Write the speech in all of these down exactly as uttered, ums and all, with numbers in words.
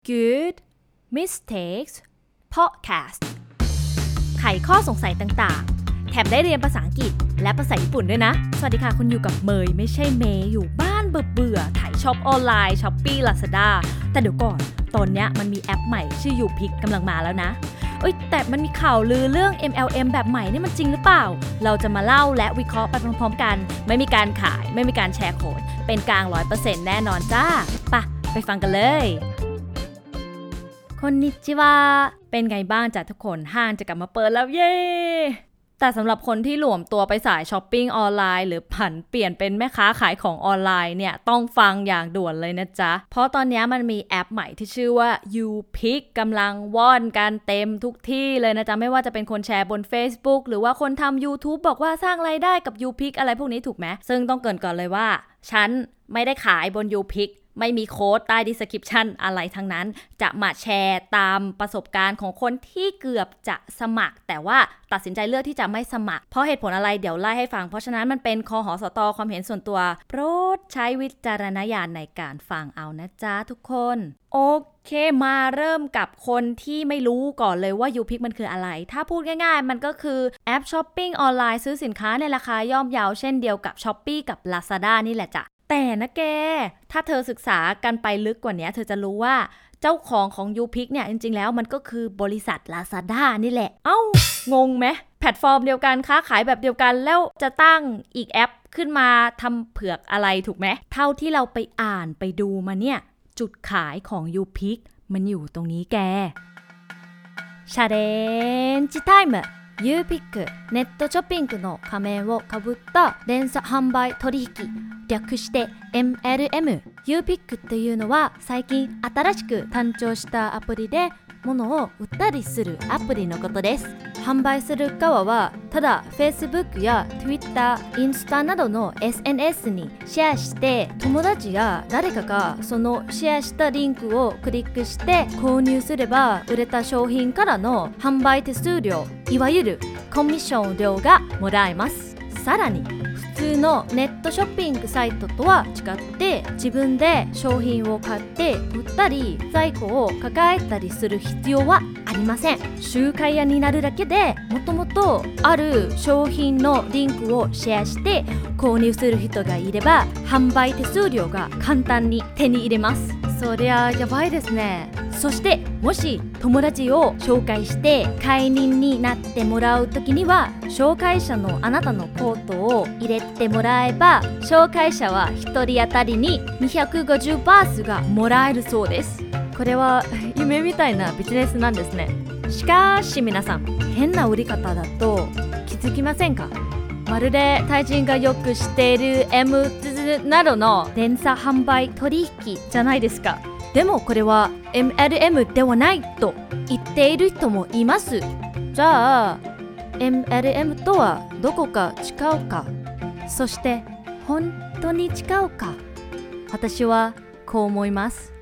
Good Mistakes Podcast ไขข้อสงสัยต่างๆแถมได้เรียนภาษาอังกฤษและภาษาญี่ปุ่นด้วยนะสวัสดีค่ะคุณอยู่กับเมยไม่ใช่เมย์อยู่บ้านเบื่อๆถ่ายช็อปออนไลน์ Shopee Lazada แต่เดี๋ยวก่อนตอนเนี้ยมันมีแอปใหม่ชื่อ YouPick กำลังมาแล้วนะเอ้ยแต่มันมีข่าวลือเรื่อง เอ็ม แอล เอ็ม แบบใหม่นี่มันจริงหรือเปล่าเราจะมาเล่าและวิเคราะห์ไปพร้อมๆกันไม่มีการขายไม่มีการแชร์โค้ดเป็นกลาง ร้อยเปอร์เซ็นต์ แน่นอนจ้าไปไปฟังกันเลยคอนนิจิวาเป็นไงบ้างจ้ะทุกคนห้างจะกลับมาเปิดแล้วเย้แต่สำหรับคนที่หลวมตัวไปสายช้อปปิ้งออนไลน์หรือผันเปลี่ยนเป็นแม่ค้าขายของออนไลน์เนี่ยต้องฟังอย่างด่วนเลยนะจ๊ะเพราะตอนนี้มันมีแอปใหม่ที่ชื่อว่า YouPick กำลังว่อนกันเต็มทุกที่เลยนะจ๊ะไม่ว่าจะเป็นคนแชร์บน Facebook หรือว่าคนทำ YouTube บอกว่าสร้างรายได้กับ YouPick อะไรพวกนี้ถูกไหมซึ่งต้องเกริ่นก่อนเลยว่าฉันไม่ได้ขายบน YouPickไม่มีโค้ดใต้ description อะไรทั้งนั้นจะมาแชร์ตามประสบการณ์ของคนที่เกือบจะสมัครแต่ว่าตัดสินใจเลือกที่จะไม่สมัครเพราะเหตุผลอะไรเดี๋ยวไล่ให้ฟังเพราะฉะนั้นมันเป็นคหสตความเห็นส่วนตัวโปรดใช้วิจารณญาณในการฟังเอานะจ๊ะทุกคนโอเคมาเริ่มกับคนที่ไม่รู้ก่อนเลยว่า YouPick มันคืออะไรถ้าพูดง่ายๆมันก็คือแอปช้อปปิ้งออนไลน์ซื้อสินค้าในราคาย่อมเยาเช่นเดียวกับ Shopee กับ Lazada นี่แหละจ้ะแต่นะแกถ้าเธอศึกษากันไปลึกกว่านี้เธอจะรู้ว่าเจ้าของของ YouPick เนี่ยจริงๆแล้วมันก็คือบริษัท Lazada นี่แหละเอ้างงไหมแพลตฟอร์มเดียวกันค้าขายแบบเดียวกันแล้วจะตั้งอีกแอปขึ้นมาทำเผือกอะไรถูกไหมเท่าที่เราไปอ่านไปดูมาเนี่ยจุดขายของ YouPick มันอยู่ตรงนี้แกチャレンジタイムYouPick ネットショッピングの仮面をかぶった連鎖販売取引略して エム エル エム YouPick っていうのは最近新しく誕生したアプリで物を売ったりするアプリのことです販売する側はただ Facebook や Twitter、インスタなどの エスエヌエス にシェアして友達や誰かがそのシェアしたリンクをクリックして購入すれば売れた商品からの販売手数料いわゆるコミッション料がもらえますさらに普通のネットショッピングサイトとは違って自分で商品を買って売ったり在庫を抱えたりする必要はありません集会屋になるだけでもともとある商品のリンクをシェアして購入する人がいれば販売手数料が簡単に手に入れますそりゃやばいですねそしてもし友達を紹介して会員になってもらうときには紹介者のあなたのコードを入れてもらえば紹介者はひとり当たりににひゃくごじゅうバーツがもらえるそうですこれは夢みたいなビジネスなんですねしかし皆さん変な売り方だと気づきませんかまるでタイ人がよく知っている エム などの連鎖販売取引じゃないですかでもこれは エム エル エム ではないと言っている人もいますじゃあ エム エル エム とはどこか違うかそして本当に違うか私はこう思います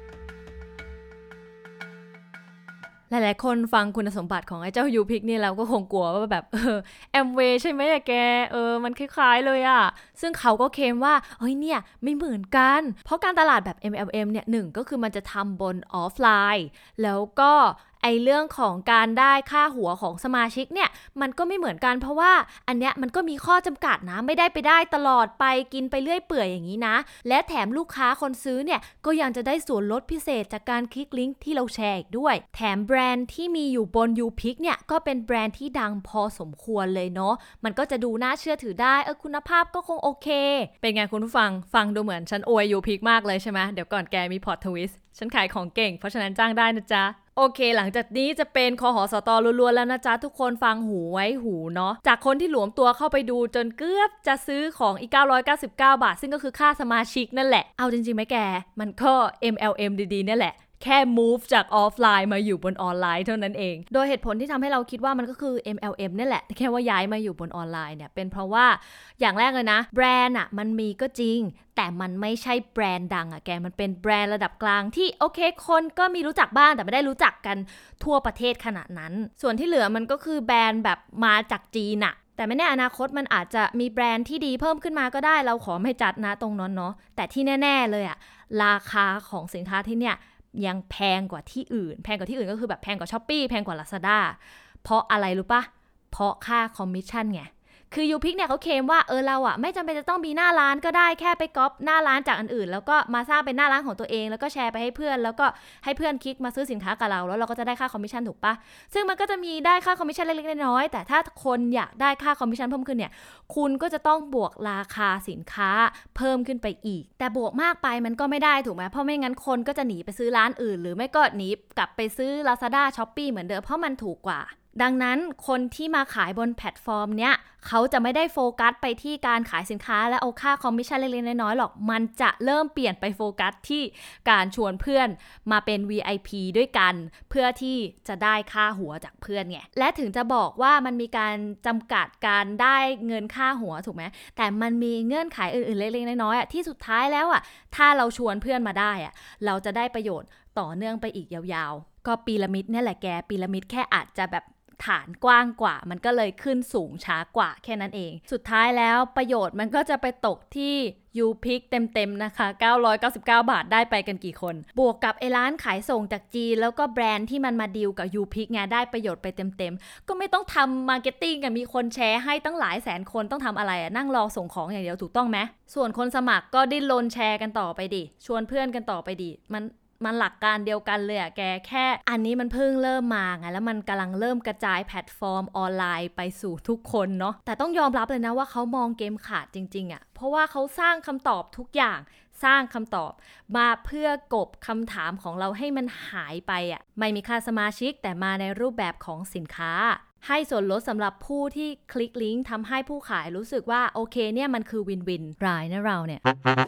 หลายๆคนฟังคุณสมบัติของไอ้เจ้า YouPick นี่แล้วก็คงกลัวว่าแบบเออแอมเวย์ใช่ไหมอะแกเออมันคล้ายๆเลยอะซึ่งเขาก็เคลมว่าเฮ้ยเนี่ยไม่เหมือนกันเพราะการตลาดแบบ เอ็ม แอล เอ็ม เนี่ยหนึ่งก็คือมันจะทำบนออฟไลน์แล้วก็ไอเรื่องของการได้ค่าหัวของสมาชิกเนี่ยมันก็ไม่เหมือนกันเพราะว่าอันเนี้ยมันก็มีข้อจำกัดนะไม่ได้ไปได้ตลอดไปกินไปเรื่อยเปื่อยอย่างนี้นะและแถมลูกค้าคนซื้อเนี่ยก็ยังจะได้ส่วนลดพิเศษจากการคลิกลิงก์ที่เราแชร์อีกด้วยแถมแบรนด์ที่มีอยู่บน YouPick เนี่ยก็เป็นแบรนด์ที่ดังพอสมควรเลยเนาะมันก็จะดูน่าเชื่อถือได้เออคุณภาพก็คงโอเคเป็นไงคุณผู้ฟังฟังดูเหมือนฉันอวย YouPick มากเลยใช่ไหมเดี๋ยวก่อนแกมีพอร์ตทวิสต์ฉันขายของเก่งเพราะฉะนั้นจ้างได้นะจ๊ะโอเคหลังจากนี้จะเป็นคหสตล้วนๆแล้วนะจ๊ะทุกคนฟังหูไว้หูเนาะจากคนที่หลวมตัวเข้าไปดูจนเกือบจะซื้อของอีกเก้าร้อยเก้าสิบเก้าบาทซึ่งก็คือค่าสมาชิกนั่นแหละเอาจริงๆไหมแกมันก็ เอ็ม แอล เอ็ม ดีๆเนี่ยแหละแค่ move จากออฟไลน์มาอยู่บนออนไลน์เท่านั้นเองโดยเหตุผลที่ทำให้เราคิดว่ามันก็คือ เอ็ม แอล เอ็ม นี่แหละแค่ว่าย้ายมาอยู่บนออนไลน์เนี่ยเป็นเพราะว่าอย่างแรกเลยนะแบรนด์อ่ะมันมีก็จริงแต่มันไม่ใช่แบรนด์ดังอ่ะแกมันเป็นแบรนด์ระดับกลางที่โอเคคนก็มีรู้จักบ้างแต่ไม่ได้รู้จักกันทั่วประเทศขนาดนั้นส่วนที่เหลือมันก็คือแบรนด์แบบมาจากจีนอ่ะแต่ไม่แน่อนาคตมันอาจจะมีแบรนด์ที่ดีเพิ่มขึ้นมาก็ได้เราขอไม่จัดนะตรงนั้นเนาะแต่ที่แน่ๆเลยอ่ะราคาของสินค้าที่เนี่ยยังแพงกว่าที่อื่นแพงกว่าที่อื่นก็คือแบบแพงกว่า Shopee แพงกว่า Lazada เพราะอะไรรู้ปะเพราะค่าคอมมิชชั่นไงคือ YouPick เนี่ยเขาเคลมว่าเออเราอ่ะไม่จำเป็นจะต้องมีหน้าร้านก็ได้แค่ไปก๊อปหน้าร้านจากอันอื่นแล้วก็มาสร้างเป็นหน้าร้านของตัวเองแล้วก็แชร์ไปให้เพื่อนแล้วก็ให้เพื่อนคลิกมาซื้อสินค้ากับเราแล้วเราก็จะได้ค่าคอมมิชชั่นถูกปะซึ่งมันก็จะมีได้ค่าคอมมิชชั่นเล็กๆน้อยๆแต่ถ้าคนอยากได้ค่าคอมมิชชั่นเพิ่มขึ้นเนี่ยคุณก็จะต้องบวกราคาสินค้าเพิ่มขึ้นไปอีกแต่บวกมากไปมันก็ไม่ได้ถูกไหมเพราะไม่งั้นคนก็จะหนีไปซื้อร้านอื่นหรือไม่ก็หนีกลับไปซื้อ Lazada Shopee เหมือนเดิมเพราะมันถูกกว่าดังนั้นคนที่มาขายบนแพลตฟอร์มเนี้ยเขาจะไม่ได้โฟกัสไปที่การขายสินค้าและเอาค่าคอมมิชชั่นเล็กๆน้อยๆหรอกมันจะเริ่มเปลี่ยนไปโฟกัสที่การชวนเพื่อนมาเป็น วี ไอ พี ด้วยกันเพื่อที่จะได้ค่าหัวจากเพื่อนไงและถึงจะบอกว่ามันมีการจำกัดการได้เงินค่าหัวถูกไหมแต่มันมีเงื่อนไขอื่นๆเล็กๆน้อยๆอ่ะที่สุดท้ายแล้วอ่ะถ้าเราชวนเพื่อนมาได้อ่ะเราจะได้ประโยชน์ต่อเนื่องไปอีกยาวๆก็พีระมิดเนี่ยแหละแกพีระมิดแค่อาจจะแบบฐานกว้างกว่ามันก็เลยขึ้นสูงช้ากว่าแค่นั้นเองสุดท้ายแล้วประโยชน์มันก็จะไปตกที่ YouPick เต็มๆนะคะเก้าร้อยเก้าสิบเก้าบาทได้ไปกันกี่คนบวกกับไอ้ร้านขายส่งจากจีนแล้วก็แบรนด์ที่มันมาดีลกับ YouPick ไงได้ประโยชน์ไปเต็มๆก็ไม่ต้องทำมาร์เก็ตติ้งกันมีคนแชร์ให้ตั้งหลายแสนคนต้องทำอะไรอะนั่งรอส่งของอย่างเดียวถูกต้องไหมส่วนคนสมัครก็ดิ้นรนแชร์กันต่อไปดิชวนเพื่อนกันต่อไปดิมันมันหลักการเดียวกันเลยอะแกแค่อันนี้มันเพิ่งเริ่มมาไงแล้วมันกำลังเริ่มกระจายแพลตฟอร์มออนไลน์ไปสู่ทุกคนเนาะแต่ต้องยอมรับเลยนะว่าเขามองเกมขาดจริงๆอะเพราะว่าเขาสร้างคำตอบทุกอย่างสร้างคำตอบมาเพื่อกบคำถามของเราให้มันหายไปอะไม่มีค่าสมาชิกแต่มาในรูปแบบของสินค้าให้ส่วนลดสำหรับผู้ที่คลิกลิงก์ทำให้ผู้ขายรู้สึกว่าโอเคเนี่ยมันคือวินวินรายนะเราเนี่ย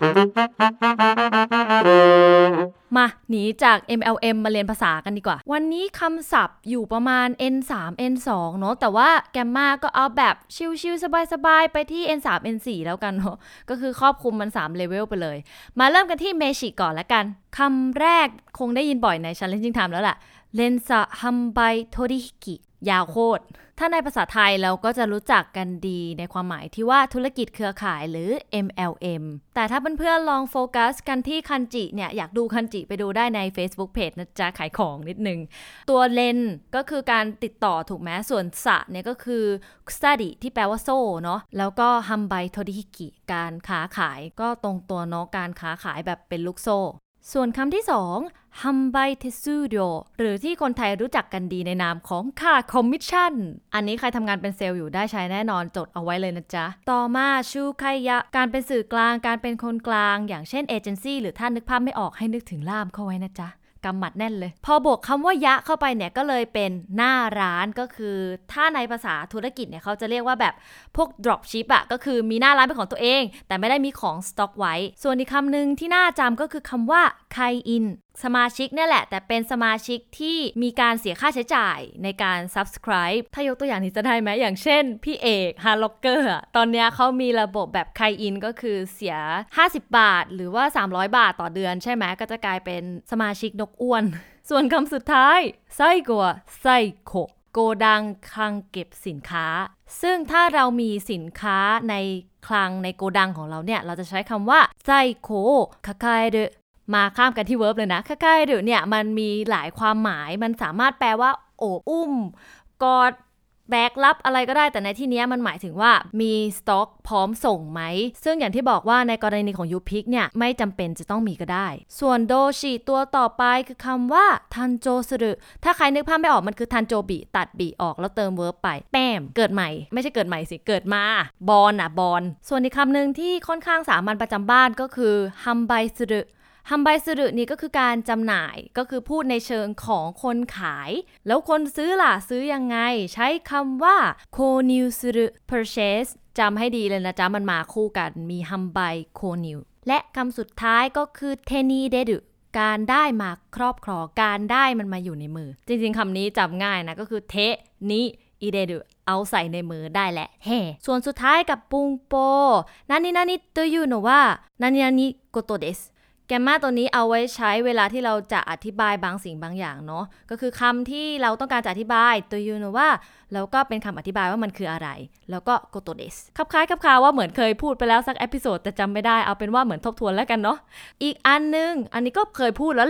มาหนีจาก เอ็ม แอล เอ็ม มาเรียนภาษากันดีกว่าวันนี้คำศัพท์อยู่ประมาณ เอ็น สาม เอ็น สอง เนาะแต่ว่าแกมมาก็เอาแบบชิลๆสบายๆไปที่ เอ็น สาม เอ็น สี่ แล้วกันเนาะก็คือครอบคลุมมันสามเลเวลไปเลยมาเริ่มกันที่เมชิก่อนละกันคำแรกคงได้ยินบ่อยใน Challenging Time แล้วล่ะเรนซะฮัมไบโทริฮิกิยาวโคตรถ้าในภาษาไทยเราก็จะรู้จักกันดีในความหมายที่ว่าธุรกิจเครือข่ายหรือ เอ็ม แอล เอ็ม แต่ถ้าเพื่อนๆลองโฟกัสกันที่คันจิเนี่ยอยากดูคันจิไปดูได้ใน Facebook Page นะจ๊ะขายของนิดนึงตัวเลนก็คือการติดต่อถูกไหมส่วนสะเนี่ยก็คือ study ที่แปลว่าโซ่เนาะแล้วก็ฮัมไบโทริฮิกิการค้าขายก็ตรงตัวเนาะการค้าขายแบบเป็นลูกโซ่ส่วนคำที่สองฮัมไบเทซูโดหรือที่คนไทยรู้จักกันดีในนามของค่าคอมมิชชั่นอันนี้ใครทำงานเป็นเซลล์อยู่ได้ใช้แน่นอนจดเอาไว้เลยนะจ๊ะต่อมาชูไคยะการเป็นสื่อกลางการเป็นคนกลางอย่างเช่นเอเจนซี่หรือถ้านึกภาพไม่ออกให้นึกถึงล่ามเข้าไว้นะจ๊ะกำหมัดแน่นเลยพอบวกคำว่ายะเข้าไปเนี่ยก็เลยเป็นหน้าร้านก็คือถ้าในภาษาธุรกิจเนี่ยเขาจะเรียกว่าแบบพวก drop ship อะก็คือมีหน้าร้านเป็นของตัวเองแต่ไม่ได้มีของสต็อกไว้ส่วนอีกคำหนึ่งที่น่าจำก็คือคำว่าไคอินสมาชิกเนี่ยแหละแต่เป็นสมาชิกที่มีการเสียค่าใช้จ่ายในการ subscribe ถ้ายกตัวอย่างนี้จะได้ไหมอย่างเช่นพี่เอกฮาร์ล็อกเกอร์ตอนนี้เขามีระบบแบบไคอินก็คือเสียห้าสิบบาทหรือว่าสามร้อยบาทต่อเดือนใช่ไหมก็จะกลายเป็นสมาชิกนกอ้วนส่วนคำสุดท้ายไซโกะไซโคโกดังคลังเก็บสินค้าซึ่งถ้าเรามีสินค้าในคลังในโกดังของเราเนี่ยเราจะใช้คำว่าไซโคคาคาเดมาข้ามกันที่ verb เลยนะคาคาเดเนี่ยมันมีหลายความหมายมันสามารถแปลว่าโอบอุ้มกอดแบกรับอะไรก็ได้แต่ในที่นี้มันหมายถึงว่ามีสต็อกพร้อมส่งไหมซึ่งอย่างที่บอกว่าในกรณีของ YouPick เนี่ยไม่จำเป็นจะต้องมีก็ได้ส่วนโดชิตัวต่อไปคือคำว่าทันโจสุรุถ้าใครนึกภาพไม่ออกมันคือทันโจบิตัดบิออกแล้วเติม verb ไปแป้มเกิดใหม่ไม่ใช่เกิดใหม่สิเกิดมาบอนอ่ะบอนส่วนอีกคำหนึ่งที่ค่อนข้างสามัญประจำบ้านก็คือฮัมไบสุรุฮัมไบสุรุนี่ก็คือการจำหน่ายก็คือพูดในเชิงของคนขายแล้วคนซื้อล่ะซื้อยังไงใช้คำว่าโคนิวสุรุ purchase จำให้ดีเลยนะจ๊ะมันมาคู่กันมีฮัมไบโคนิวและคำสุดท้ายก็คือเทนิเดดุการได้มาครอบครองการได้มันมาอยู่ในมือจริงๆคำนี้จำง่ายนะก็คือเทนิอิเดดุเอาใส่ในมือได้แหละแฮ่ส่วนสุดท้ายกับปุงโปนานินานิโตยุโนะวะนานินานิโกโตเดสแกมมาตัวนี้เอาไว้ใช้เวลาที่เราจะอธิบายบางสิ่งบางอย่างเนาะก็คือคำที่เราต้องการจะอธิบายตัวยูโนะว่าแล้วก็เป็นคำอธิบายว่ามันคืออะไรแล้วก็โกโตเดสคลับคล้ายคลับคาว่าเหมือนเคยพูดไปแล้วสักเอพิโซดแต่จำไม่ได้เอาเป็นว่าเหมือนทบทวนแล้วกันเนาะอีกอันนึงอันนี้ก็เคยพูดแล้วแหละ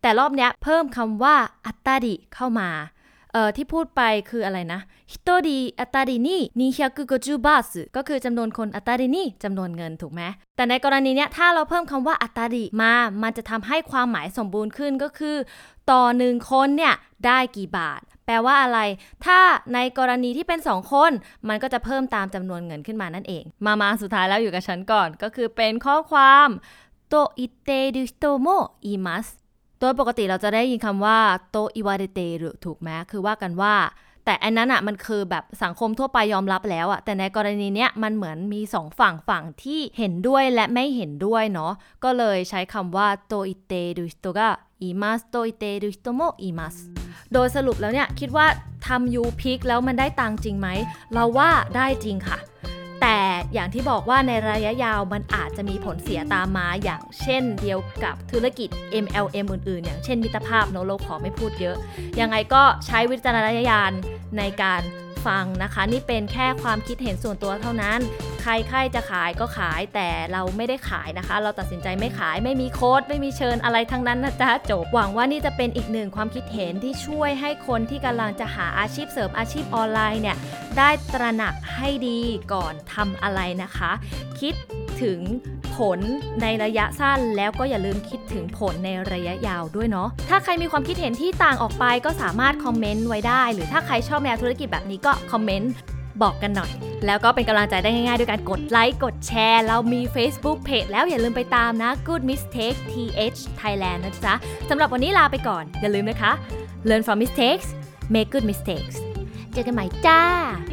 แต่รอบเนี้ยเพิ่มคำว่าอัตตาริเข้ามาเอ่อที่พูดไปคืออะไรนะฮิโตริอัตตารินี่にひゃくごじゅうบาทก็คือจำนวนคนอัตตารินี่จำนวนเงินถูกไหมแต่ในกรณีเนี้ยถ้าเราเพิ่มคำว่าอัตตาริมามันจะทำให้ความหมายสมบูรณ์ขึ้นก็คือต่อหนึ่งคนเนี่ยได้กี่บาทแปลว่าอะไรถ้าในกรณีที่เป็นสองคนมันก็จะเพิ่มตามจำนวนเงินขึ้นมานั่นเองมามาสุดท้ายแล้วอยู่กับฉันก่อนก็คือเป็นข้อความโตอิเตรุฮิโตโมอิมัสโดยปกติเราจะได้ยินคำว่าโตอิวาเดเตรุถูกไหมคือว่ากันว่าแต่อันนั้นอ่ะมันคือแบบสังคมทั่วไปยอมรับแล้วอ่ะแต่ในกรณีเนี้ยมันเหมือนมีสองฝั่งฝั่งที่เห็นด้วยและไม่เห็นด้วยเนาะก็เลยใช้คำว่าโตอิเตรุฮิโตกะอิมัสโตอิเตรุฮิโตโมอิมัสโดยสรุปแล้วเนี่ยคิดว่าทำยูพิกแล้วมันได้ตังจริงไหมเราว่าได้จริงค่ะแต่อย่างที่บอกว่าในระยะยาวมันอาจจะมีผลเสียตามมาอย่างเช่นเดียวกับธุรกิจ เอ็ม แอล เอ็ม อื่นๆอย่างเช่นมิตรภาพเนอะเราขอไม่พูดเยอะยังไงก็ใช้วิจารณญาณในการฟังนะคะนี่เป็นแค่ความคิดเห็นส่วนตัวเท่านั้นใครใครจะขายก็ขายแต่เราไม่ได้ขายนะคะเราตัดสินใจไม่ขายไม่มีโค้ดไม่มีเชิญอะไรทั้งนั้นนะจ๊ะจบหวังว่านี่จะเป็นอีกหนึ่งความคิดเห็นที่ช่วยให้คนที่กำลังจะหาอาชีพเสริมอาชีพออนไลน์เนี่ยได้ตระหนักให้ดีก่อนทำอะไรนะคะคิดถึงผลในระยะสั้นแล้วก็อย่าลืมคิดถึงผลในระยะยาวด้วยเนาะถ้าใครมีความคิดเห็นที่ต่างออกไปก็สามารถคอมเมนต์ไว้ได้หรือถ้าใครชอบแนวธุรกิจแบบนี้ก็คอมเมนต์บอกกันหน่อยแล้วก็เป็นกำลังใจได้ง่ายๆด้วยการกดไลค์กดแชร์เรามี Facebook Page แล้วอย่าลืมไปตามนะ Good Mistake ที เอช Thailand นะจ๊ะสำหรับวันนี้ลาไปก่อนอย่าลืมนะคะ Learn from mistakes make good mistakes เจอกันใหม่จ้า